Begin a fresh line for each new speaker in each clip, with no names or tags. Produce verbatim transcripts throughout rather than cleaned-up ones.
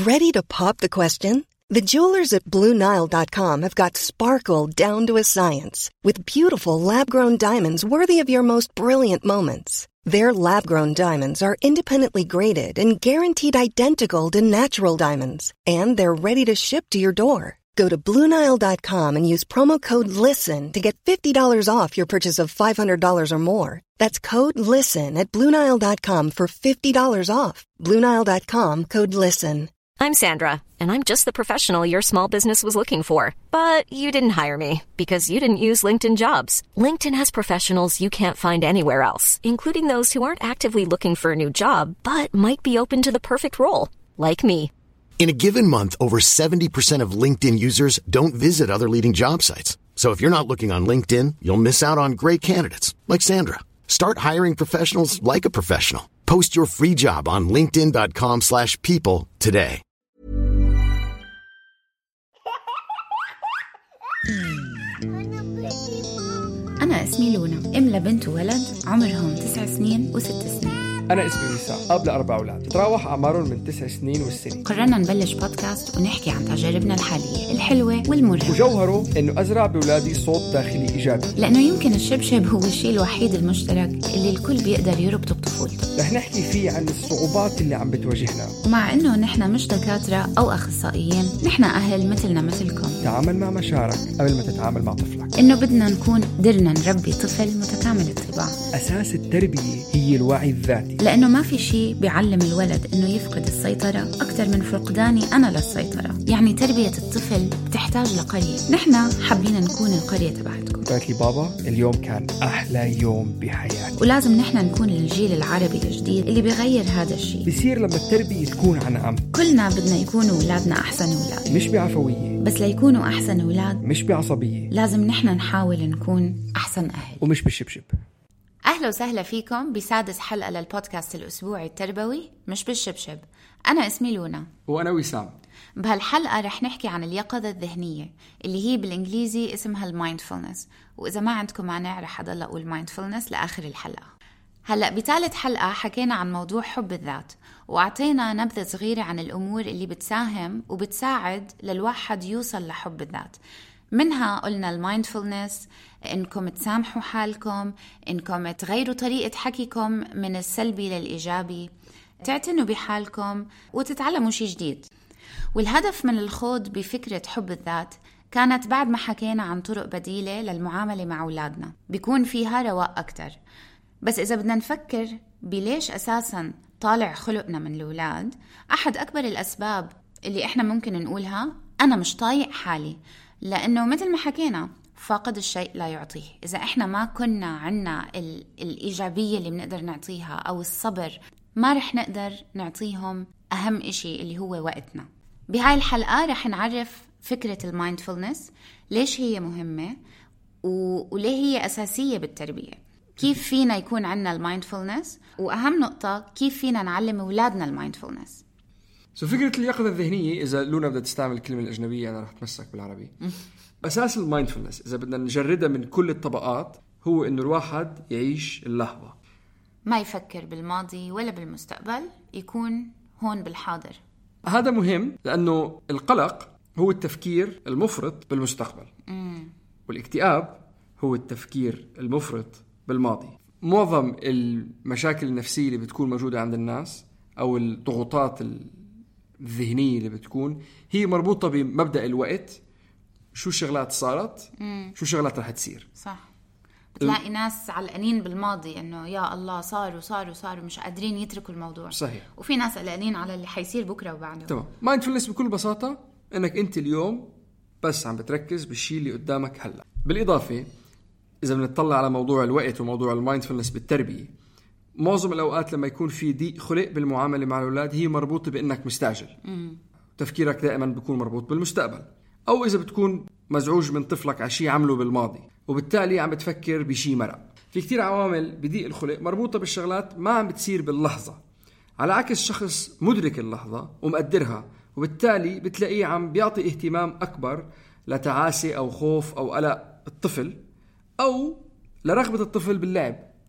Ready to pop the question? The jewelers at Blue Nile dot com have got sparkle down to a science with beautiful lab-grown diamonds worthy of your most brilliant moments. Their lab-grown diamonds are independently graded and guaranteed identical to natural diamonds, and they're ready to ship to your door. Go to Blue Nile dot com and use promo code LISTEN to get fifty dollars off your purchase of five hundred dollars or more. That's code LISTEN at Blue Nile dot com for fifty dollars off. Blue Nile dot com, code LISTEN.
I'm Sandra, and I'm just the professional your small business was looking for. But you didn't hire me because you didn't use LinkedIn Jobs. LinkedIn has professionals you can't find anywhere else, including those who aren't actively looking for a new job, but might be open to the perfect role, like me.
In a given month, over seventy percent of LinkedIn users don't visit other leading job sites. So if you're not looking on LinkedIn, you'll miss out on great candidates like Sandra. Start hiring professionals like a professional. Post your free job on linkedin dot com slash people today.
أنا اسمي لونا، أم لبنت وولد عمرهم تسع سنين وست سنين.
أنا اسمي وسام، أب لأربع أولاد تراوح أعمارهم من تسع سنين والسنة.
قررنا نبلش بودكاست ونحكي عن تجاربنا الحالية الحلوة والمرهقة،
وجوهره إنه أزرع بأولادي صوت داخلي إيجابي،
لأنه يمكن الشبشب هو الشيء الوحيد المشترك اللي الكل بيقدر يربطه بطفولته.
رح نحكي فيه عن الصعوبات اللي عم بتواجهنا،
ومع إنه نحن مش دكاترة أو أخصائيين، نحن أهل مثلنا مثلكم.
تعامل مع مشاعرك قبل ما تتعامل مع طفلك.
إنه بدنا نكون قدرنا نربي طفل متكامل الطباع.
أساس التربية هي الوعي الذاتي،
لأنه ما في شيء بيعلم الولد إنه يفقد السيطرة أكثر من فقداني أنا للسيطرة. يعني تربية الطفل بتحتاج لقرية، نحن حابين نكون القرية تبعتكم.
قالت لي بابا اليوم كان أحلى يوم بحياتي.
ولازم نحن نكون الجيل العربي الجديد اللي بيغير هذا الشيء.
بيصير لما التربية تكون عن عم.
كلنا بدنا يكونوا أولادنا أحسن أولاد،
مش بعفوية،
بس ليكونوا أحسن أولاد
مش بعصبية.
لازم نحن نحاول نكون أحسن أهل،
ومش بالشبشب.
أهلا وسهلا فيكم بسادس حلقة للبودكاست الأسبوعي التربوي مش بالشبشب. أنا اسمي لونا
وأنا وسام.
بهالحلقة رح نحكي عن اليقظة الذهنية اللي هي بالإنجليزي اسمها المايندفولنس، وإذا ما عندكم مانع رح أضل أقول مايندفولنس لآخر الحلقة. هلأ بثالث حلقة حكينا عن موضوع حب الذات، وأعطينا نبذة صغيرة عن الأمور اللي بتساهم وبتساعد للواحد يوصل لحب الذات. منها قلنا المايندفولنس، إنكم تسامحوا حالكم، إنكم تغيروا طريقة حكيكم من السلبي للإيجابي، تعتنوا بحالكم وتتعلموا شيء جديد. والهدف من الخوض بفكرة حب الذات كانت بعد ما حكينا عن طرق بديلة للمعاملة مع أولادنا بيكون فيها رواق أكتر. بس إذا بدنا نفكر بليش أساساً طالع خلقنا من الأولاد، أحد أكبر الأسباب اللي إحنا ممكن نقولها أنا مش طايق حالي، لأنه مثل ما حكينا فاقد الشيء لا يعطيه. إذا إحنا ما كنا عنا الإيجابية اللي بنقدر نعطيها أو الصبر، ما رح نقدر نعطيهم أهم إشي اللي هو وقتنا. بهاي الحلقة رح نعرف فكرة المايندفولنس، ليش هي مهمة وليه هي أساسية بالتربية، كيف فينا يكون عنا المايندفولنس، وأهم نقطة كيف فينا نعلم أولادنا المايندفولنس.
سو فكرة اليقظة الذهنية، إذا لونا بدها تستعمل الكلمة الأجنبية أنا رح أتمسك بالعربي. أساس المايندفولنس إذا بدنا نجردها من كل الطبقات هو إنه الواحد يعيش اللحظة،
ما يفكر بالماضي ولا بالمستقبل، يكون هون بالحاضر.
هذا مهم لأنه القلق هو التفكير المفرط بالمستقبل،
مم.
والاكتئاب هو التفكير المفرط بالماضي. معظم المشاكل النفسية اللي بتكون موجودة عند الناس أو الضغوطات الذهنية اللي بتكون هي مربوطة بمبدأ الوقت، شو شغلات صارت،
مم.
شو شغلات رح تصير.
صح. بتلاقي ناس علقانين بالماضي انه يا الله صار وصار وصار ومش قادرين يتركوا الموضوع.
صحيح.
وفي ناس قلقانين على اللي حيصير بكره وبعده.
تمام. مايندفولنس بكل بساطة انك انت اليوم بس عم بتركز بالشيء اللي قدامك هلا. بالاضافة اذا بنطلع على موضوع الوقت وموضوع المايندفولنس بالتربية، معظم الاوقات لما يكون في ضيق خلق بالمعاملة مع الاولاد هي مربوطة بانك مستعجل.
مم.
تفكيرك دائما بيكون مربوط بالمستقبل، او اذا بتكون مزعوج من طفلك على شيء عمله بالماضي وبالتالي عم بتفكر بشيء مرق. في كتير عوامل بضيق الخلق مربوطة بالشغلات ما عم بتصير باللحظة، على عكس شخص مدرك اللحظة ومقدرها، وبالتالي بتلاقيه عم بيعطي اهتمام أكبر لتعاسي أو خوف أو قلق الطفل أو لرغبة الطفل باللعب.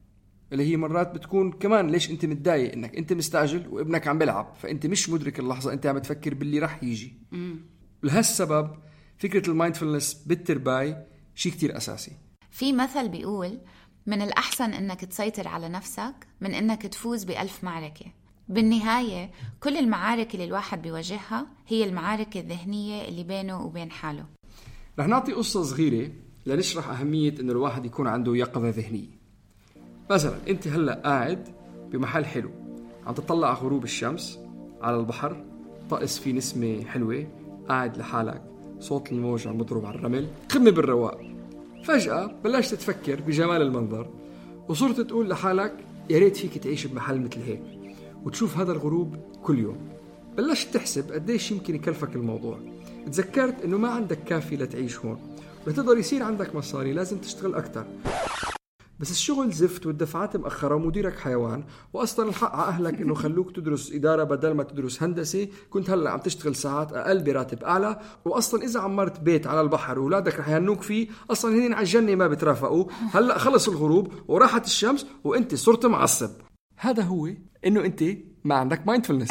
اللي هي مرات بتكون كمان ليش انت متضايق انك انت مستعجل وابنك عم بلعب، فانت مش مدرك اللحظة، انت عم تفكر باللي رح يجي. لهالسبب فكرة المايندفولنس بالترباي شيء كتير أساسي.
في مثل بيقول من الأحسن إنك تسيطر على نفسك من إنك تفوز بألف معركة. بالنهاية كل المعارك اللي الواحد بيواجهها هي المعارك الذهنية اللي بينه وبين حاله.
رح نعطي قصة صغيرة لنشرح أهمية إنه الواحد يكون عنده يقظة ذهنية. مثلا أنت هلأ قاعد بمحل حلو عم تطلع غروب الشمس على البحر، طقس فيه نسمة حلوة، قاعد لحالك، صوت الموج عم بضرب على الرمل، قمة بالرواق. فجأة بلشت تفكر بجمال المنظر وصرت تقول لحالك يا ريت فيك تعيش بمحل مثل هيك وتشوف هذا الغروب كل يوم. بلشت تحسب قديش يمكن يكلفك الموضوع. تذكرت انه ما عندك كافي لتعيش هون، ولتقدر يصير عندك مصاري لازم تشتغل اكتر. بس الشغل زفت والدفعات مأخرة ومديرك حيوان، وأصلا الحق على أهلك إنه خلوك تدرس إدارة بدل ما تدرس هندسة، كنت هلأ عم تشتغل ساعات أقل براتب أعلى، وأصلا إذا عمرت بيت على البحر وولادك رح يهنوك فيه، أصلا هنين على الجنة ما بترافقوا. هلأ خلص الغروب وراحت الشمس وإنت صرت معصب. هذا هو إنه أنت ما عندك مايندفولنس.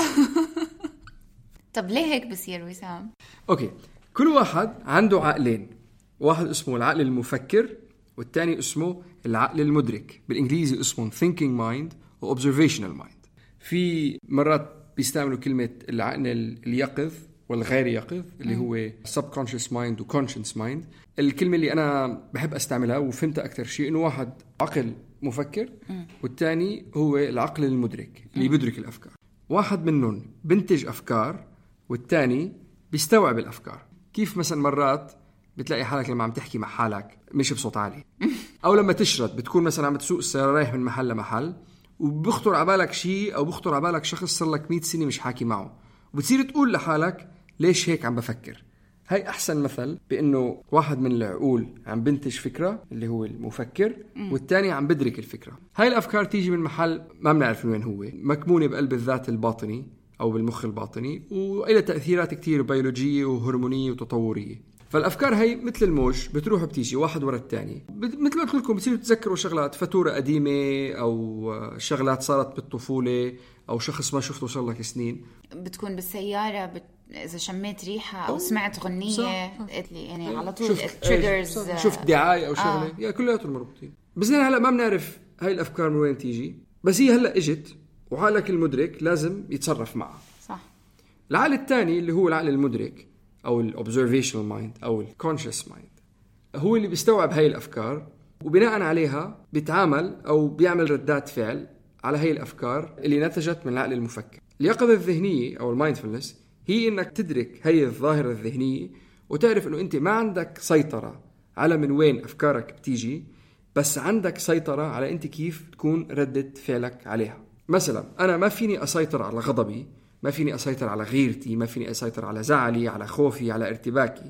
طب ليه هيك بصير وسام؟
أوكي، كل واحد عنده عقلين، واحد اسمه العقل المفكر والتاني اسمه العقل المدرك، بالإنجليزي اسمه thinking mind و observational mind. في مرات بيستعملوا كلمة العقل اليقظ والغير يقظ اللي هو subconscious mind و conscious mind. الكلمة اللي أنا بحب أستعملها وفهمتها أكتر شيء إنه واحد عقل مفكر والتاني هو العقل المدرك اللي بيدرك الأفكار. واحد منهم بنتج أفكار والتاني بيستوعب الأفكار. كيف مثلا مرات بتلاقي حالك لما عم تحكي مع حالك مش بصوت عالي، أو لما تشرد بتكون مثلا عم تسوق السيارة رايح من محل لمحل وبخطر عبالك شيء أو بخطر عبالك شخص صار لك مئة سنة مش حاكي معه، وبتصير تقول لحالك ليش هيك عم بفكر. هاي أحسن مثل بأنه واحد من العقول عم بنتج فكرة اللي هو المفكر والتاني عم بدرك الفكرة. هاي الأفكار تيجي من محل ما بنعرف وين هو، مكمونة بقلب الذات الباطني أو بالمخ الباطني، وإلى تأثيرات كتير بيولوجية وهرمونية وتطورية. فالأفكار هي مثل الموج بتروح بتيجي واحد ورا الثاني. مثل ما قلت لكم بتصيروا تتذكروا شغلات فاتورة قديمة أو شغلات صارت بالطفولة أو شخص ما شفته صار لك سنين.
بتكون بالسيارة بت... إذا شميت ريحة أو سمعت غنية قلت لي يعني على طول تريجرز،
شفت دعاية أو شغلة آه. يا كلياتهم مربوطين. بس هلا ما بنعرف هاي الأفكار من وين تيجي، بس هي هلا إجت وعقلك المدرك لازم يتصرف معها. صح. العقل الثاني اللي هو العقل المدرك أو ال observational mind أو ال conscious mind هو اللي بيستوعب هاي الأفكار وبناء عليها بيتعامل أو بيعمل ردات فعل على هاي الأفكار اللي نتجت من العقل المفكر. اليقظة الذهنية أو المايندفولنس هي إنك تدرك هاي الظاهرة الذهنية وتعرف إنه أنت ما عندك سيطرة على من وين أفكارك بتيجي، بس عندك سيطرة على أنت كيف تكون ردة فعلك عليها. مثلا أنا ما فيني أسيطر على غضبي، ما فيني أسيطر على غيرتي، ما فيني أسيطر على زعلي، على خوفي، على ارتباكي،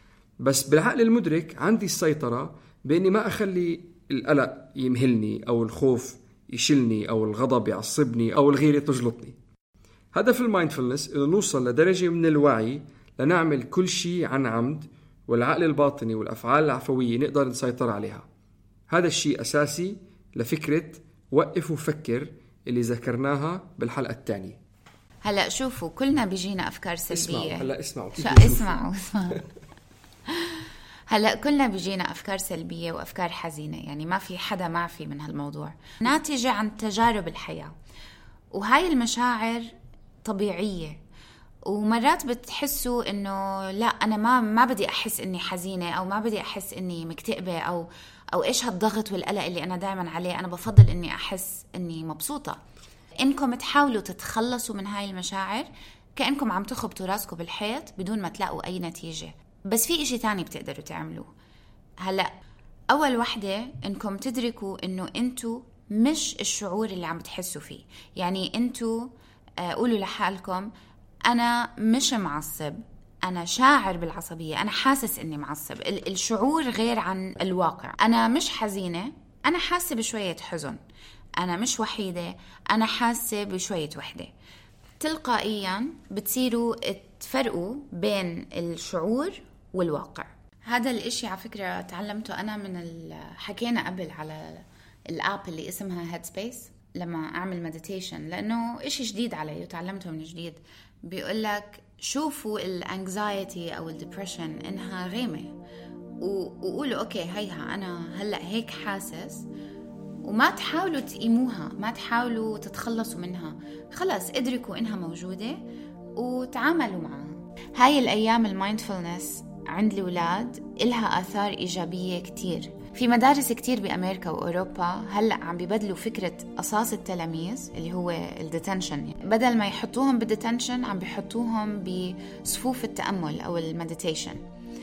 بس بالعقل المدرك عندي السيطرة بإني ما أخلي القلق يمهلني أو الخوف يشلني أو الغضب يعصبني أو الغيرة تجلطني. هدف المايندفولنس إنه نوصل لدرجة من الوعي لنعمل كل شيء عن عمد، والعقل الباطني والأفعال العفوية نقدر نسيطر عليها. هذا الشيء أساسي لفكرة وقف وفكر اللي ذكرناها بالحلقة الثانية.
هلا شوفوا كلنا بيجينا أفكار سلبية.
اسمعوا هلا اسمعوا
اسمعوا اسمعوا هلا كلنا بيجينا أفكار سلبية وأفكار حزينة، يعني ما في حدا معفي من هالموضوع، ناتجة عن تجارب الحياة. وهاي المشاعر طبيعية، ومرات بتحسوا إنه لا أنا ما ما بدي أحس إني حزينة أو ما بدي أحس إني مكتئبة أو أو إيش هالضغط والقلق اللي أنا دائما عليه، أنا بفضل إني أحس إني مبسوطة. إنكم تحاولوا تتخلصوا من هاي المشاعر كأنكم عم تخبطوا راسكم بالحيط بدون ما تلاقوا أي نتيجة. بس في إشي تاني بتقدروا تعملوه. هلأ أول وحدة إنكم تدركوا إنه أنتوا مش الشعور اللي عم تحسوا فيه. يعني أنتوا قولوا لحالكم أنا مش معصب، أنا شاعر بالعصبية، أنا حاسس إني معصب. الشعور غير عن الواقع. أنا مش حزينة، أنا حاسة بشوية حزن. أنا مش وحيدة، أنا حاسة بشوية وحدة. تلقائيا بتصيروا تفرقوا بين الشعور والواقع. هذا الاشي على فكرة تعلمته أنا من حكينا قبل على الاب اللي اسمها Headspace لما اعمل مديتيشن، لانه اشي جديد علي وتعلمته من جديد. بيقول لك شوفوا الانكزايتي او الديبريشن انها غيمه، وقولوا اوكي هيها انا هلا هيك حاسس، وما تحاولوا تقيموها، ما تحاولوا تتخلصوا منها، خلاص ادركوا انها موجوده وتعاملوا معها. هاي الايام المايندفولنس عند الأولاد إلها آثار إيجابية كتير. في مدارس كتير بأمريكا وأوروبا هلأ عم بيبدلوا فكرة قصاص التلاميذ اللي هو الديتنشن، بدل ما يحطوهم بالديتنشن عم بيحطوهم بصفوف التأمل أو المديتيشن.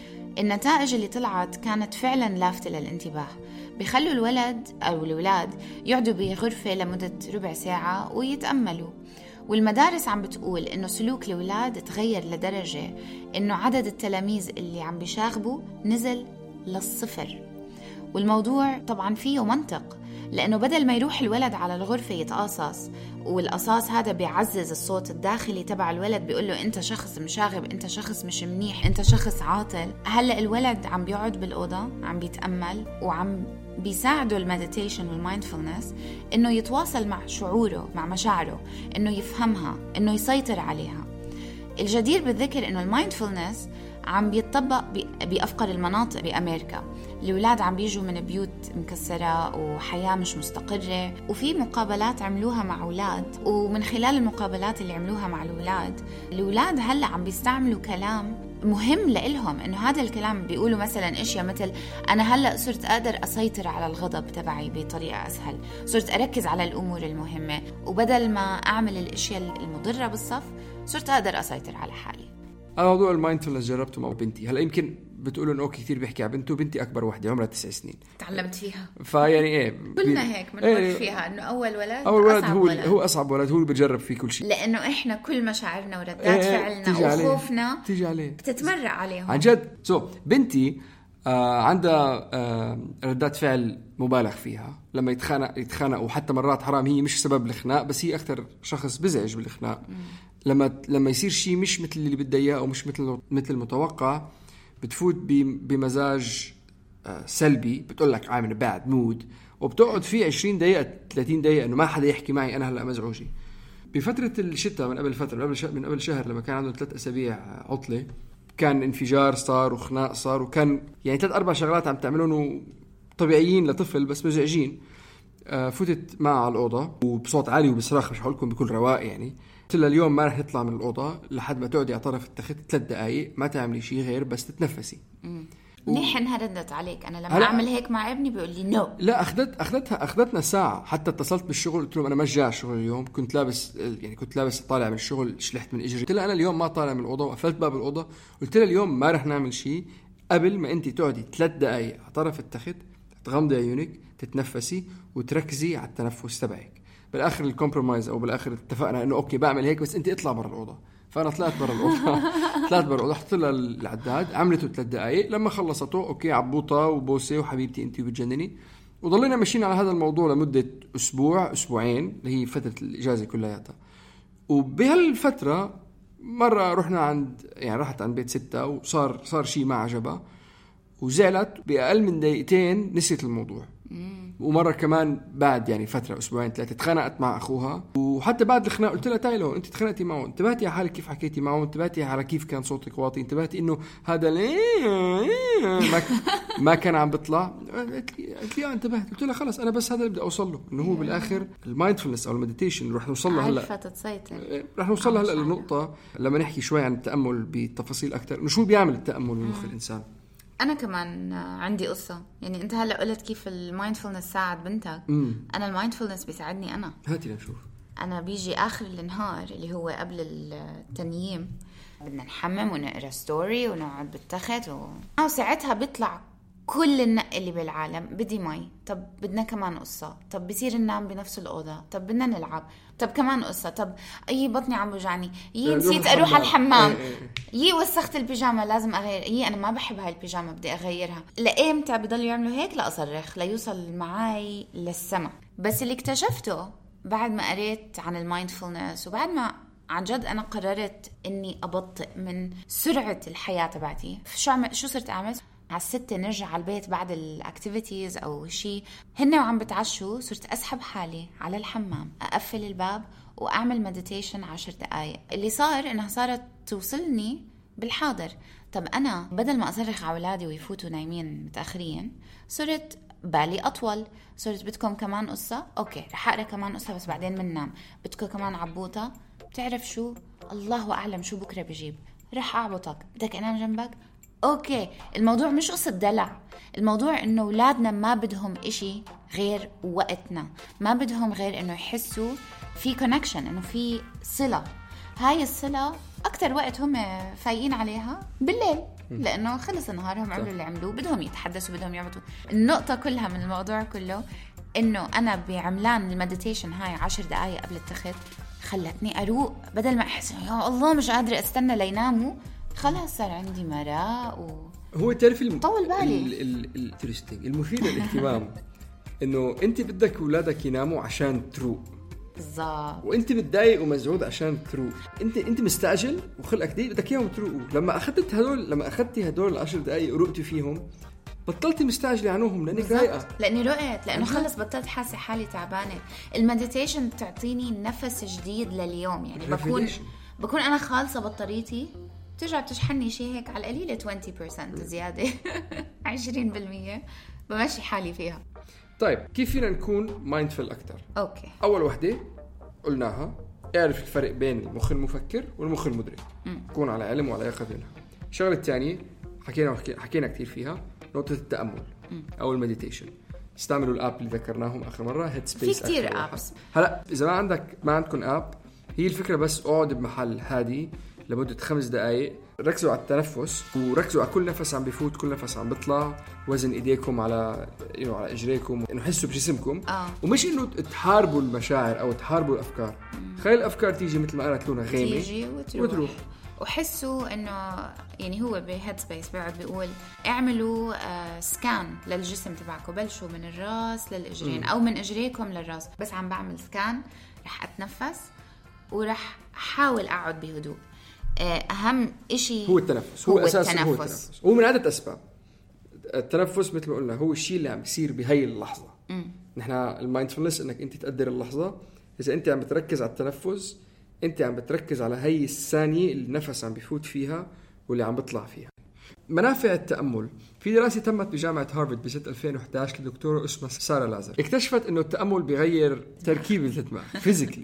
النتائج اللي طلعت كانت فعلا لافتة للانتباه. بيخلوا الولد أو الأولاد يقعدوا بغرفة لمدة ربع ساعة ويتأملوا. والمدارس عم بتقول إنه سلوك الأولاد تغير لدرجة إنه عدد التلاميذ اللي عم بيشاغبوا نزل للصفر. والموضوع طبعا فيه منطق، لأنه بدل ما يروح الولد على الغرفة يتقاصص، والقصاص هذا بيعزز الصوت الداخلي تبع الولد، بيقول له أنت شخص مشاغب، أنت شخص مش منيح، أنت شخص عاطل. هلأ الولد عم بيقعد بالأوضة عم بيتأمل، وعم بيساعده المديتيشن والمايندفولنس إنه يتواصل مع شعوره، مع مشاعره، إنه يفهمها، إنه يسيطر عليها. الجدير بالذكر إنه المايندفولنس عم بيتطبق بأفقر المناطق بأمريكا. الأولاد عم بيجوا من بيوت مكسرة وحياة مش مستقرة، وفي مقابلات عملوها مع أولاد، ومن خلال المقابلات اللي عملوها مع الأولاد، الأولاد هلأ عم بيستعملوا كلام مهم لإلهم. إنه هذا الكلام بيقولوا مثلا إشياء مثل أنا هلأ صرت أقدر أسيطر على الغضب تبعي بطريقة أسهل، صرت أركز على الأمور المهمة، وبدل ما أعمل الأشياء المضرة بالصف صرت أقدر أسيطر على حالي.
أنا موضوع المايندفولنس جربته مع بنتي. هلا يمكن بتقولوا إنه أوكي كثير بيحكي على بنته، بنتي أكبر واحدة عمرها تسع سنين،
تعلمت فيها.
فيعني إيه
كلنا هيك بنمر إيه فيها، إنه أول ولد
أول ولد
أصعب
هو
ولد.
هو أصعب ولد، هو اللي بيجرب فيه كل شيء،
لأنه إحنا كل مشاعرنا وردات
إيه
فعلنا وخوفنا
تيجي عليه
بتتمرق عليهم
عن جد. سو so, بنتي آه عندها آه ردات فعل مبالغ فيها لما يتخانق يتخانق وحتى مرات حرام هي مش سبب الخناق، بس هي أكثر شخص بزعج بالخناق. لما لما يصير شيء مش مثل اللي بدها اياه او مش مثل مثل المتوقع، بتفوت بمزاج سلبي، بتقول لك عامل باد مود، وبتقعد فيه عشرين دقيقه ثلاثين دقيقه انه ما حدا يحكي معي، انا هلا مزعوجه. بفتره الشتاء من قبل فتره من قبل شهر من قبل شهر لما كان عنده ثلاث اسابيع عطله، كان انفجار صار وخناق صار، وكان يعني ثلاث اربع شغلات عم تعملون طبيعيين لطفل بس مزعجين. فتت معه على الأوضة وبصوت عالي وبصراخ، مش هقولكم بكل رواق يعني. قلت لها اليوم ما رح يطلع من الأوضة لحد ما تقعدي على طرف التخت ثلاث دقايق، ما تعملي شيء غير بس تتنفسي.
منيح و... انها ردت عليك. انا لما اعمل هيك مع ابني بيقول لي نو.
لا اخذت اخذتها اخذتنا ساعه. حتى اتصلت بالشغل قلت لهم انا ما جاي الشغل اليوم، كنت لابس يعني كنت لابس طالع من الشغل، شلحت من اجري. قلت لها انا اليوم ما طالع من الاوضه، وقفلت باب الاوضه. قلت لها اليوم ما رح نعمل شيء قبل ما انت تقعدي ثلاث دقايق على طرف التخت، تغمضي عيونك، تتنفسي وتركزي على التنفس تبعك. بالاخر الكومبرومايز او بالاخر اتفقنا انه اوكي بعمل هيك بس انت اطلع برا الاوضه. فانا طلعت برا الاوضه طلعت برا الاوضه، حطيت لها العداد، عملته ثلاث دقائق. لما خلصته اوكي عبوطه وبوسه وحبيبتي انت وبتجنني. وضلينا ماشيين على هذا الموضوع لمده اسبوع اسبوعين اللي هي فتره الاجازه كلياتها. وبهالفتره مره رحنا عند يعني رحت عند بيت ستة وصار صار شيء ما عجبها وزعلت. باقل من دقيقتين نسيت الموضوع. ومره كمان بعد يعني فتره اسبوعين ثلاثه تخانقت مع اخوها، وحتى بعد الخناق قلت لها تعالي لو انت تخانقتي معه، انتبهتي على حالك كيف حكيتي معه، انتبهتي على كيف كان صوتك واطي، انتبهتي انه هذا ما ما كان عم بيطلع. قلت لي انتبهت. قلت لها خلص انا بس هذا اللي بدي اوصل له، انه هو بالاخر المايندفولنس او المديتيشن رح نوصل له هلا.
تسيطر
رح نوصل له هلا للنقطه لما نحكي شوي عن التامل بتفاصيل اكثر، انه شو بيعمل التامل بمخ الانسان.
أنا كمان عندي قصة. يعني أنت هلأ قلت كيف المايندفولنس ساعد بنتك. مم. أنا المايندفولنس بيساعدني أنا.
هاتي نشوف.
أنا بيجي آخر النهار اللي هو قبل التنييم، بدنا نحمم ونقرأ ستوري ونقعد بالتخت و... وساعتها بيطلع كل النق اللي بالعالم. بدي مي، طب بدنا كمان قصة، طب بصير ننام بنفس الأوضة، طب بدنا نلعب، طب كمان قصة، طب أي بطني عم بوجعني، يي نسيت أروح على الحمام، يي وسخت البيجامة لازم أغير، يي أنا ما بحب هاي البيجامة بدي أغيرها. لإمتى بضلوا يعملوا هيك؟ لا أصرخ ليوصل معاي للسما. بس اللي اكتشفته بعد ما قريت عن المايندفولنس وبعد ما عن جد أنا قررت إني أبطئ من سرعة الحياة تبعتي، شو عم... شو صرت أعمل؟ على الستة نرجع على البيت بعد الاكتيفيتيز او شيء، هن وعم بتعشوا صرت اسحب حالي على الحمام، اقفل الباب واعمل مديتيشن عشر دقائق. اللي صار انها صارت توصلني بالحاضر. طب انا بدل ما اصرخ على اولادي ويفوتوا نايمين متاخرين، صرت بالي اطول، صرت بدكم كمان قصه، اوكي رح اقرا كمان قصه بس بعدين بننام. بدكم كمان عبوطه، بتعرف شو، الله اعلم شو بكره بجيب، رح اعبطك، بدك انام جنبك، اوكي. الموضوع مش قصه دلع، الموضوع انه اولادنا ما بدهم اشي غير وقتنا، ما بدهم غير انه يحسوا في كونكشن، انه في صله. هاي الصله اكتر وقت هم فايقين عليها بالليل، لانه خلص نهارهم، عملوا اللي عملوه، بدهم يتحدثوا، بدهم يعبطوا. النقطه كلها من الموضوع كله انه انا بعملان المديتيشن هاي عشر دقائق قبل التخت خلتني اروق، بدل ما احس يا الله مش قادره استنى ليناموا، خلاص صار عندي مراء و...
هو تعرف الم...
طول بالي
الانترستينج المفيد للاهتمام انه انت بدك اولادك يناموا عشان تروق
بالضبط،
وانت متضايق ومزعوج عشان تروق. انت انت مستعجل وخلقك ضيق، بدك اياهم تروقوا. لما اخذت هدول لما اخذتي هدول العشر دقائق ورقتي فيهم، بطلتي مستعجله عنهم لانك رايقه،
لاني رقت، لانه خلص بطلت حاسه حالي تعبانه. المديتيشن بتعطيني نفس جديد لليوم، يعني بكون بكون انا خالصه بطاريتي، بترجع بتشحنني شيء هيك على القليله عشرين بالمية زياده عشرين بالمية بمشي حالي فيها.
طيب كيف فينا نكون مايندفul اكثر؟
اوكي،
اول وحده قلناها، اعرف الفرق بين المخ المفكر والمخ المدرك، كون على علم وعلى يقظه منها. الشغله الثانيه حكينا حكينا كثير فيها، نقطه التامل م. او المديتيشن. استعملوا الاب اللي ذكرناهم اخر مره، هيد سبيس.
في كثير ابس.
هلا اذا ما عندك ما عندكم اب، هي الفكره بس اقعد بمحل هادي لمده خمس دقائق، ركزوا على التنفس وركزوا على كل نفس عم بيفوت، كل نفس عم بيطلع، وزن ايديكم على يعني على اجريكم، انه حسوا بجسمكم
آه.
ومش انه تحاربوا المشاعر او تحاربوا الافكار. خلي الافكار تيجي مثل ما قالت لونا غيمه
تيجي وتروح, وتروح. وحسوا انه يعني هو بهيد سبيس بيقعد بيقول اعملوا آه سكان للجسم تبعكم، بلشوا من الراس للاجرين م. او من اجريكم للراس. بس عم بعمل سكان رح اتنفس ورح احاول اقعد بهدوء. اهم اشي
هو التنفس، هو, هو اساس التنفس. هو التنفس هو من عدة اسباب. التنفس مثل ما قلنا هو الشيء اللي عم بيصير بهاي اللحظه. نحن المايندفولنس انك انت تقدر اللحظه. اذا انت عم بتركز على التنفس، انت عم بتركز على هاي الثانيه اللي النفس عم بيفوت فيها واللي عم بيطلع فيها. منافع التامل، في دراسه تمت بجامعه هارفارد بسنه ألفين وإحدى عشر لدكتوره اسمها سارة لازر، اكتشفت انه التامل بيغير تركيب الدماغ فيزيكلي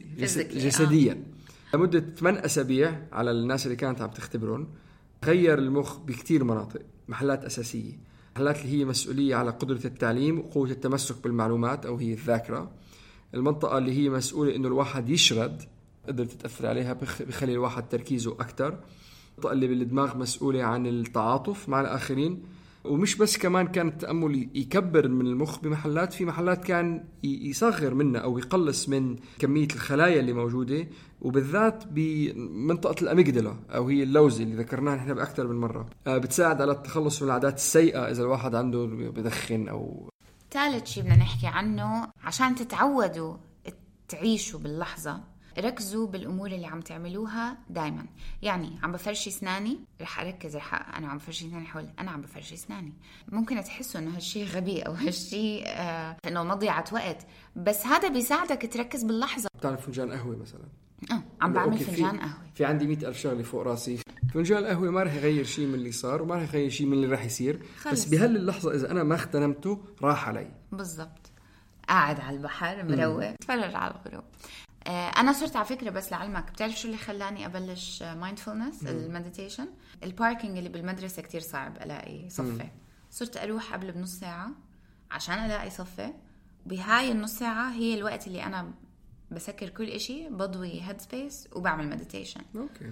جسديا لمدة ثمان أسابيع على الناس اللي كانت عم تختبرون. غير المخ بكتير مناطق، محلات أساسية، محلات اللي هي مسؤولية على قدرة التعليم وقوة التمسك بالمعلومات أو هي الذاكرة. المنطقة اللي هي مسؤولة إنه الواحد يشرد، قدرت تتأثر عليها بخلي الواحد تركيزه أكتر. المنطقة اللي بالدماغ مسؤولة عن التعاطف مع الآخرين. ومش بس كمان كان التأمل يكبر من المخ بمحلات، في محلات كان يصغر منها أو يقلص من كمية الخلايا اللي موجودة، وبالذات بمنطقة الأميجدلا أو هي اللوزة اللي ذكرناها نحن بأكثر من مرة. بتساعد على التخلص من العادات السيئة إذا الواحد عنده بدخن أو.
ثالث شيء بدنا نحكي عنه عشان تتعودوا تعيشوا باللحظة، ركزوا بالأمور اللي عم تعملوها دايما. يعني عم بفرشي اسناني، رح أركز، رح أنا عم بفرشي اسناني حول أنا عم بفرشي اسناني. ممكن تحسوا إنه هالشيء غبي أو هالشيء آه إنه مضيعة وقت، بس هذا بيساعدك تركز باللحظة.
بتعمل فنجان قهوة مثلا،
اه عم بعمل فنجان قهوة،
في عندي مئة ألف شغلة فوق راسي. فنجان القهوة ما رح يغير شيء من اللي صار وما رح يغير شيء من اللي رح يصير، بس بهال اللحظة إذا أنا ما اغتنمته راح علي.
بالضبط. قاعد على البحر مروق تفرج على الغروب. أنا صرت على فكرة، بس لعلمك بتعرف شو اللي خلاني أبلش mindfulness المديتيشن؟ الباركينج اللي بالمدرسة كتير صعب ألاقي صفة. صرت أروح قبل بنص ساعة عشان ألاقي صفة. بهاي النص ساعة هي الوقت اللي أنا بسكر كل إشي، بضوي هيد سبيس وبعمل مديتيشن.
أوكي.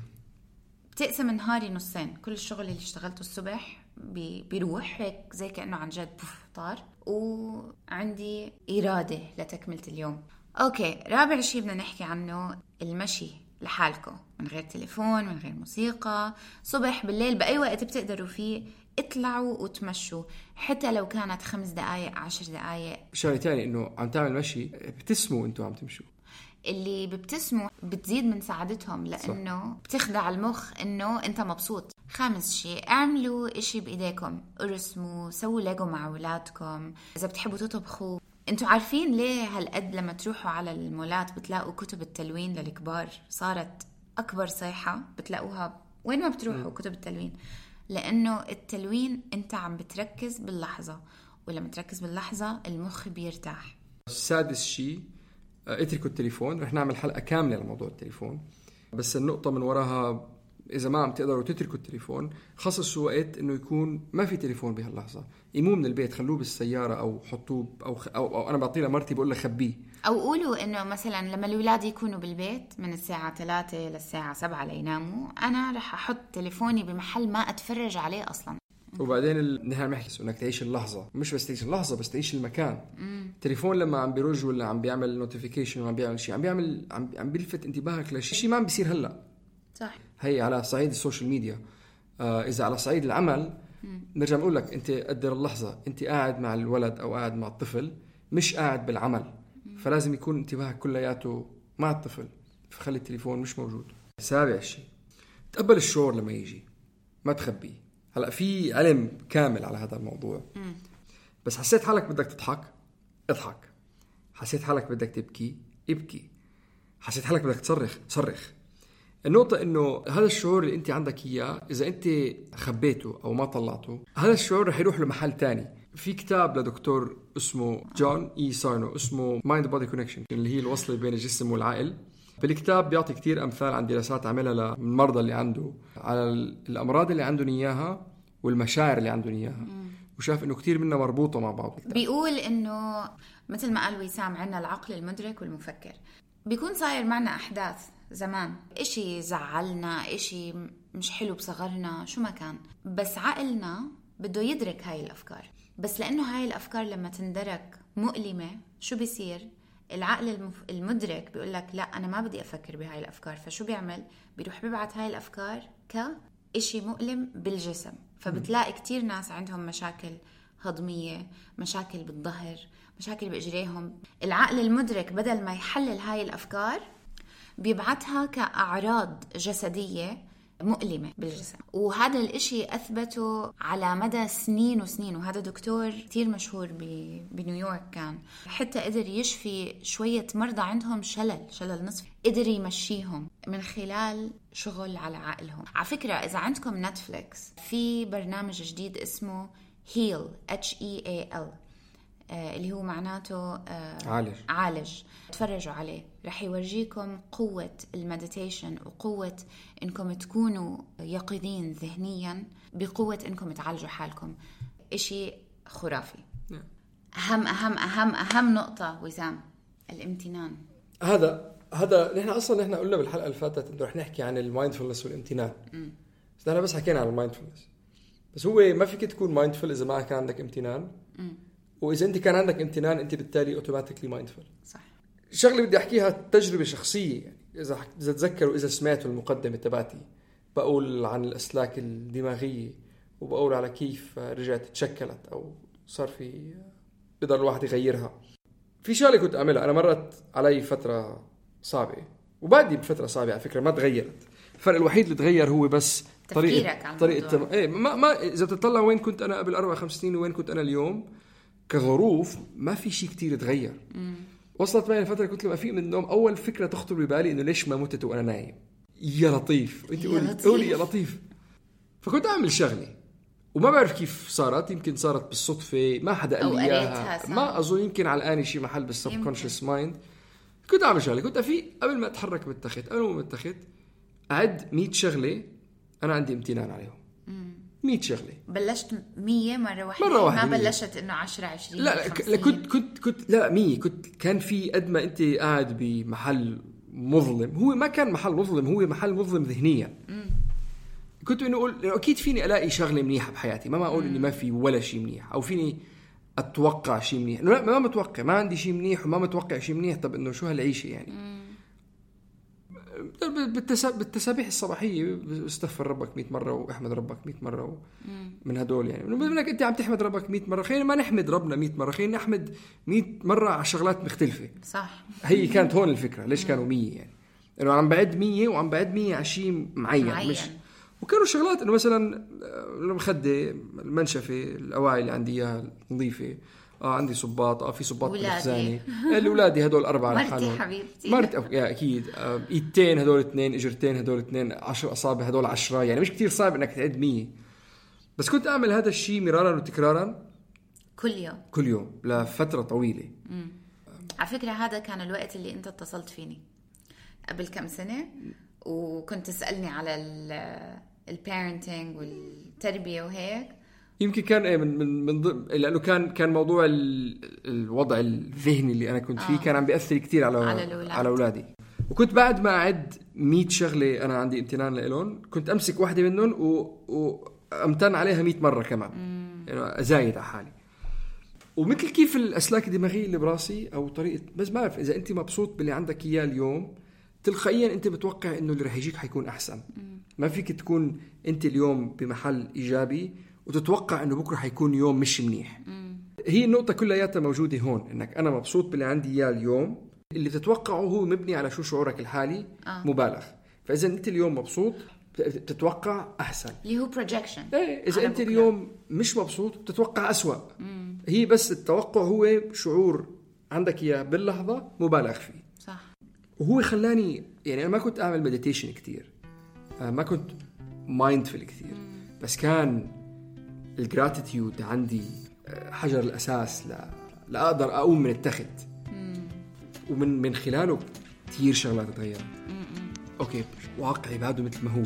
بتقسم نهاري نصين، كل الشغل اللي اشتغلته الصبح بي بيروح هيك زي كأنه عن جد طار، وعندي إرادة لتكملة اليوم. أوكي، رابع شيء بدنا نحكي عنه المشي لحالكم، من غير تليفون، من غير موسيقى، صبح بالليل بأي وقت بتقدروا فيه اطلعوا وتمشوا، حتى لو كانت خمس دقايق عشر دقايق.
شغلة تاني إنه عم تعمل مشي بتسموا أنتوا عم تمشوا،
اللي ببتسموا بتزيد من سعادتهم، لأنه صح. بتخدع المخ إنه أنت مبسوط. خامس شيء، اعملوا اشي بايديكم، ارسموا، سووا ليجو مع اولادكم، اذا بتحبوا تطبخوا. انتوا عارفين ليه هالقد لما تروحوا على المولات بتلاقوا كتب التلوين للكبار صارت اكبر صيحة بتلاقوها وين ما بتروحوا؟ م. كتب التلوين. لانه التلوين انت عم بتركز باللحظة، ولما تركز باللحظة المخ بيرتاح.
السادس شيء، اتركوا التليفون. رح نعمل حلقة كاملة لموضوع التليفون، بس النقطة من وراها إذا ما عم تقدروا تتركوا التليفون خصصوا وقت إنه يكون ما في تليفون بهاللحظة. يمو من البيت، خلوه بالسيارة أو حطوه أو, خ... أو, أو أنا بعطيه لمرتي بقول لها خبيه.
أو قولوا إنه مثلا لما الأولاد يكونوا بالبيت من الساعة ثلاثة للساعة سبعة ليناموا، أنا رح أحط تليفوني بمحل ما أتفرج عليه أصلا.
وبعدين نحن بنحكي انك تعيش اللحظه، مش بس تعيش اللحظه بس تعيش المكان. التليفون لما عم بيرج ولا عم بيعمل نوتيفيكيشن وعم بيعمل شيء، عم بيعمل عم, عم بيلفت انتباهك لشيء ما عم بيصير هلا.
صح.
هي على صعيد السوشيال ميديا. آه اذا على صعيد العمل نرجع نقول لك انت قدر اللحظه، انت قاعد مع الولد او قاعد مع الطفل، مش قاعد بالعمل. مم. فلازم يكون انتباهك كلياته مع الطفل، فخلي التليفون مش موجود. سابع شيء، تقبل الشعور لما يجي، ما تخبيه. هلأ في علم كامل على هذا الموضوع. م. بس حسيت حالك بدك تضحك، اضحك. حسيت حالك بدك تبكي، ابكي. حسيت حالك بدك تصرخ، صرخ. النقطة إنه هذا الشعور اللي أنت عندك إياه إذا أنت خبيته أو ما طلعته، هذا الشعور رح يروح لمحل تاني. في كتاب لدكتور اسمه جون إي سارنو اسمه Mind Body Connection، اللي هي الوصلة بين الجسم والعقل. بالكتاب بيعطي كتير أمثال عن دراسات عملها للمرضى اللي عنده على الأمراض اللي عندهم إياها والمشاعر اللي عندهم إياها، وشاف إنه كتير منها مربوطة مع بعض.
بيقول إنه مثل ما قال وسام، عنا العقل المدرك والمفكر. بيكون صاير معنا أحداث زمان، إشي زعلنا، إشي مش حلو بصغرنا، شو ما كان، بس عقلنا بده يدرك هاي الأفكار. بس لأنه هاي الأفكار لما تندرك مؤلمة، شو بيصير؟ العقل المف... المدرك بيقول لك لا أنا ما بدي أفكر بهاي الأفكار. فشو بيعمل؟ بيروح بيبعت هاي الأفكار كإشي مؤلم بالجسم. فبتلاقي كتير ناس عندهم مشاكل هضمية، مشاكل بالظهر، مشاكل بإجريهم. العقل المدرك بدل ما يحلل هاي الأفكار بيبعتها كأعراض جسدية مؤلمة بالجسم. وهذا الاشي أثبته على مدى سنين وسنين. وهذا دكتور كتير مشهور بنيويورك كان، حتى قدر يشفي شوية مرضى عندهم شلل شلل نصفي، قدر يمشيهم من خلال شغل على عقلهم. على فكرة إذا عندكم نتفليكس في برنامج جديد اسمه هيل H E A L آه اللي هو معناته آه
عالج.
عالج تفرجوا عليه، رح يورجيكم قوة المديتيشن وقوة إنكم تكونوا يقظين ذهنيا بقوة إنكم تعالجوا حالكم. إشي خرافي. أهم أهم أهم أهم نقطة وسام، الامتنان.
هذا هذا نحن أصلا نحن قلنا بالحلقة اللي فاتت إنه رح نحكي عن المايندفولنس والامتنان. م. بس نحن بس حكينا عن المايندفولنس، بس هو ما فيك تكون مايندفول إذا ما كان عندك امتنان. م. وإذا أنت كان عندك امتنان أنت بالتالي أوتوماتيكلي مايندفول. صح. شغلة بدي أحكيها تجربة شخصية، يعني إذا إذا تذكروا إذا سمعتوا المقدمة تبعتي بقول عن الأسلاك الدماغية، وبقول على كيف رجعت تشكلت أو صار في بقدر الواحد يغيرها. في شغلة كنت أعملها أنا، مرت علي فترة صعبة وبعدي بفترة صعبة على فكرة ما تغيرت. الفرق الوحيد اللي تغير هو بس طريقة طريقة تم... إيه ما ما إذا بتطلع وين كنت أنا قبل أربع خمس سنين وين كنت أنا اليوم كظروف، ما في شيء كتير تغير. مم. وصلت معي الفترة كنت لما أفيق من النوم أول فكرة تخطر ببالي إنه ليش ما متت وأنا نايم. يا لطيف أنت قولي قولي يا لطيف. فكنت أعمل شغلة وما بعرف كيف صارت، يمكن صارت بالصدفة، ما حدا قال لي إياها، ما أظن، يمكن على الآن شيء محل بالسبكونشس مايند. كنت أعمل شغلة، كنت أفيق قبل ما أتحرك من التخت، قبل ما أتخت أعد مية شغلة أنا عندي امتنان عليهم. مية شغلة.
بلشت مية مرة واحدة،
مرة واحدة
ما بلشت إنه عشرة عشرين.
لا لا كنت كنت كنت لا مية كنت كان في قد ما أنت قاعد بمحل مظلم، هو ما كان محل مظلم، هو محل مظلم ذهنيا. مم. كنت إنه أقول أكيد فيني ألاقي شغلة منيحة بحياتي، ما ما أقول إني ما في ولا شيء منيح، أو فيني أتوقع شيء منيح. لا ما متوقع، ما عندي شيء منيح وما متوقع شيء منيح. طب إنه شو هالعيشة يعني؟ مم. بالتسابيح الصباحية استغفر ربك مئة مرة واحمد ربك مئة مرة من هدول، يعني منك أنت عم تحمد ربك مئة مرة، خلينا ما نحمد ربنا مئة مرة، خلينا نحمد مئة مرة على شغلات مختلفة.
صح.
هي كانت هون الفكرة، ليش كانوا مية؟ يعني إنه عم بعد مية وعم بعد مية على شيء معين, معين. مش وكانوا شغلات إنه مثلا المخدة المنشفة الأواعي اللي عندي إياها نظيفة، آه عندي صباط، آه في صباط بالخزانة، الأولادي هدول أربعة لحالهم، مرتي يا أكيد، آه إيدتين هدول اثنين، إجرتين هدول اثنين، عشر أصابع هدول عشرة، يعني مش كتير صعب إنك تعد مية. بس كنت أعمل هذا الشيء مرارا وتكرارا
كل يوم
كل يوم لفترة طويلة.
مم. على فكرة هذا كان الوقت اللي أنت اتصلت فيني قبل كم سنة وكنت تسألني على البارنتينج والتربية وهيك.
يمكن كان ايه من من من ضمن، لانه كان كان موضوع الوضع الذهني اللي انا كنت فيه آه. كان عم بيأثر كتير على على, على اولادي. وكنت بعد ما اعد مية شغله انا عندي امتنان لهم، كنت امسك واحده منهم وامتن عليها مية مره كمان، يعني ازايد على حالي. ومثل كيف الاسلاك الدماغيه اللي براسي او طريقه، بس ما بعرف اذا انت مبسوط باللي عندك اياه اليوم تلقائيا انت بتوقع انه اللي رح يجيك حيكون احسن. ما فيك تكون انت اليوم بمحل ايجابي وتتوقع انه بكره حيكون يوم مش منيح. مم. هي النقطه كلياتها موجوده هون، انك انا مبسوط باللي عندي اياه اليوم، اللي تتوقعه هو مبني على شو شعورك الحالي آه. مبالغ. فاذا انت اليوم مبسوط بتتوقع احسن،
اللي هو بروجكشن.
ايه اذا انت بكرة. اليوم مش مبسوط بتتوقع اسوأ. مم. هي بس التوقع هو شعور عندك اياه باللحظه مبالغ فيه.
صح.
وهو خلاني، يعني انا ما كنت اعمل مديتيشن كتير، ما كنت مايندفل كتير، بس كان الجراتيتيود عندي حجر الأساس لا لا أقدر أقوم من التخت. ومن من خلاله كتير شغلات تغيرت. أوكي واقعي بعده مثل ما هو،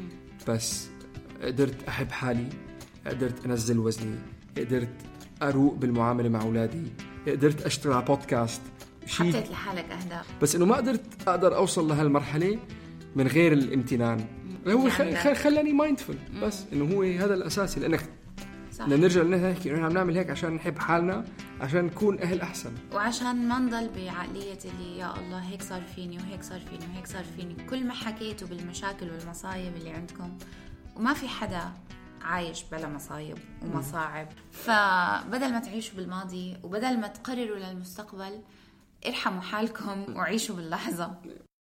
بس قدرت أحب حالي، قدرت أنزل وزني، قدرت أروق بالمعاملة مع أولادي، قدرت أشتغل على بودكاست،
حطيت لحالك أهداف.
بس إنه ما قدرت أقدر أوصل لهالمرحلة من غير الامتنان. هو خل... خلاني مايندفul، بس إنه هو هذا الأساسي. لأنك بدنا نرجع نحكي إنه نعمل هيك عشان نحب حالنا، عشان نكون أهل أحسن،
وعشان ما نضل بعقلية اللي يا الله هيك صار فيني وهيك صار فيني وهيك صار فيني. كل ما حكيتوا بالمشاكل والمصايب اللي عندكم، وما في حدا عايش بلا مصايب ومصاعب. فبدل ما تعيشوا بالماضي وبدل ما تقرروا للمستقبل، ارحموا حالكم وعيشوا باللحظة.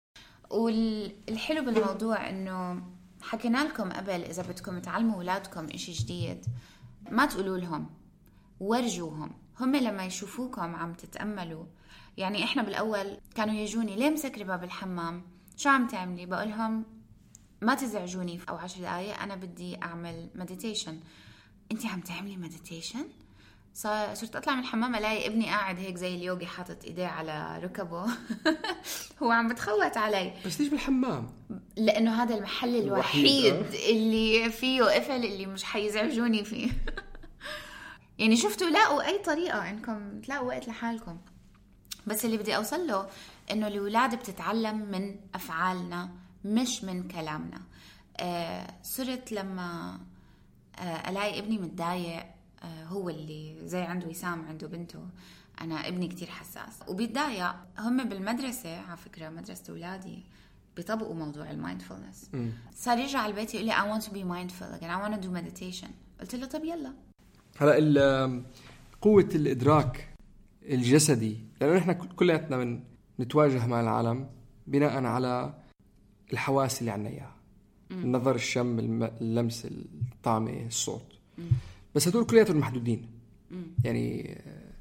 والحلو بالموضوع إنه حكينا لكم قبل، إذا بدكم تعلموا أولادكم إشي جديد ما تقولوا لهم، ورجوهم. هم لما يشوفوكم عم تتأملوا، يعني إحنا بالأول كانوا يجوني ليه مسكري باب الحمام، شو عم تعملي؟ بقولهم ما تزعجوني أو عشر دقايق أنا بدي أعمل مديتيشن. أنتي عم تعملي مديتيشن؟ صرت أطلع من الحمام ألاقي ابني قاعد هيك زي اليوغي حاطط إيديه على ركبه هو عم بتخوت علي.
بس ليش بالحمام؟
لأنه هذا المحل الوحيد اللي فيه قفل اللي مش حيزعجوني فيه يعني شفتوا لاقوا أي طريقة إنكم تلاقوا وقت لحالكم. بس اللي بدي أوصل له إنه الأولاد بتتعلم من أفعالنا مش من كلامنا. آه صرت لما آه ألاقي ابني متضايق، آه هو اللي زي عنده وسام عنده بنته، أنا ابني كتير حساس وبيتضايق. هم بالمدرسة على فكرة مدرسة أولادي بيطبقوا موضوع المايندفولنس. صار يرجع على البيت يقول لي I want to be mindful again, I want to do meditation. قلت له طب يلا.
هلا قوة الإدراك الجسدي، لأنه إحنا كلياتنا من نتواجه مع العالم بناء على الحواس اللي عنا إياها، النظر، الشم، اللمس، الطعم، الصوت. مم. بس هدول كلياتهم محدودين. مم. يعني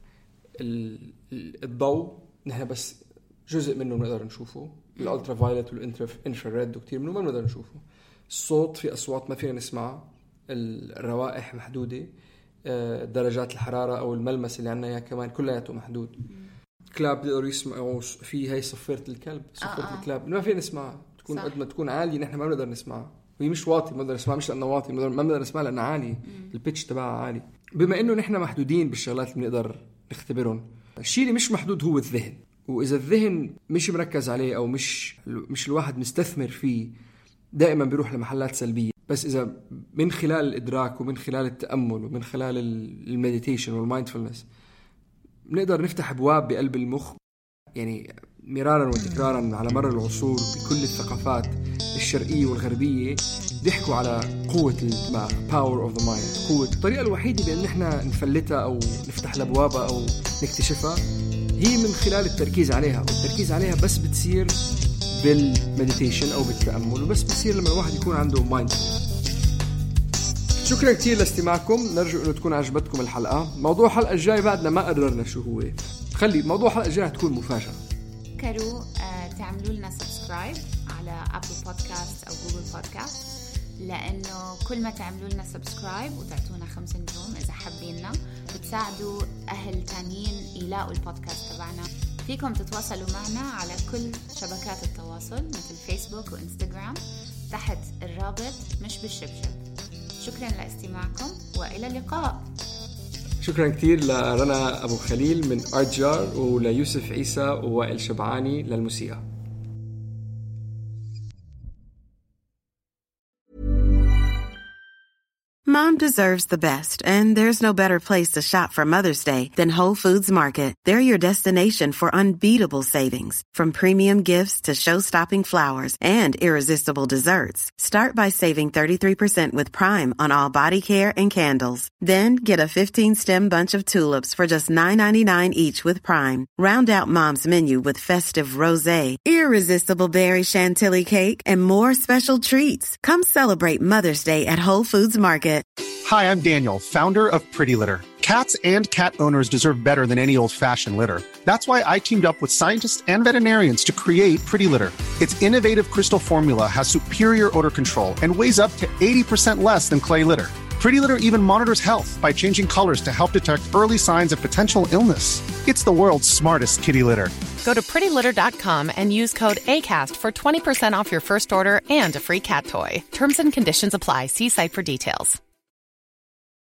الضوء نحن بس جزء منه نقدر نشوفه، الالترا فايولت والانفراريد وكتير منه ما نقدر نشوفه. الصوت في أصوات ما فينا نسمعها، الروائح محدودة، درجات الحرارة أو الملمس اللي عنا إياه كمان كلياته محدود. كلاب بيقدروا يسمعوا في هاي صفيرة الكلب، صفيرة آه الكلاب ما فينا نسمعها، تكون قد ما تكون عالية نحن ما بنقدر نسمعها، وهي مش واطي ما بنقدر نسمعها، مش لأنه واطي ما بنقدر نسمعها لأنه عالي، البيتش تبعها عالي. بما إنه نحن محدودين بالشغلات اللي بنقدر نختبرهم، الشيء اللي مش محدود هو الذهن. وإذا الذهن مش مركز عليه أو مش مش الواحد مستثمر فيه، دائما بيروح لمحلات سلبية. بس إذا من خلال الإدراك ومن خلال التأمل ومن خلال المديتيشن والمايندفولنس بنقدر نفتح أبواب بقلب المخ، يعني مرارا وتكرارا على مر العصور بكل الثقافات الشرقية والغربية بيحكوا على قوة الدماغ، power of the mind. قوة الطريقة الوحيدة بأن نحنا نفلتها أو نفتح الأبواب أو نكتشفها هي من خلال التركيز عليها. والتركيز عليها بس بتصير بالمديتيشن أو بالتأمل، وبس بتصير لما الواحد يكون عنده mindfulness. شكرا كتير لاستماعكم. نرجو انه تكون عجبتكم الحلقة. موضوع الحلقة الجاي بعدنا ما قررنا شو هو، خلي موضوع الحلقة الجاي هتكون مفاجأة.
فكروا آه تعملوا لنا سبسكرايب على أبل بودكاست أو جوجل بودكاست، لأنه كل ما تعملوا لنا سبسكرايب وتعطونا خمس نجوم إذا حابيننا بتساعدوا أهل تانيين يلاقوا البودكاست تبعنا. فيكم تتواصلوا معنا على كل شبكات التواصل مثل فيسبوك وإنستغرام تحت الرابط مش بالشبشب. شكرا لاستماعكم وإلى اللقاء.
شكرا كتير لرنا أبو خليل من أرتجار وليوسف عيسى ووائل شبعاني للموسيقى.
Mom deserves the best, and there's no better place to shop for Mother's Day than Whole Foods Market. They're your destination for unbeatable savings, from premium gifts to show-stopping flowers and irresistible desserts. Start by saving thirty-three percent with Prime on all body care and candles. Then get a fifteen-stem bunch of tulips for just nine ninety-nine each with Prime. Round out Mom's menu with festive rosé, irresistible berry chantilly cake, and more special treats. Come celebrate Mother's Day at Whole Foods Market.
Hi, I'm Daniel, founder of Pretty Litter. Cats and cat owners deserve better than any old-fashioned litter. That's why I teamed up with scientists and veterinarians to create Pretty Litter. Its innovative crystal formula has superior odor control and weighs up to eighty percent less than clay litter. Pretty Litter even monitors health by changing colors to help detect early signs of potential illness. It's the world's smartest kitty litter.
Go to pretty litter dot com and use code ACAST for twenty percent off your first order and a free cat toy. Terms and conditions apply. See site for details.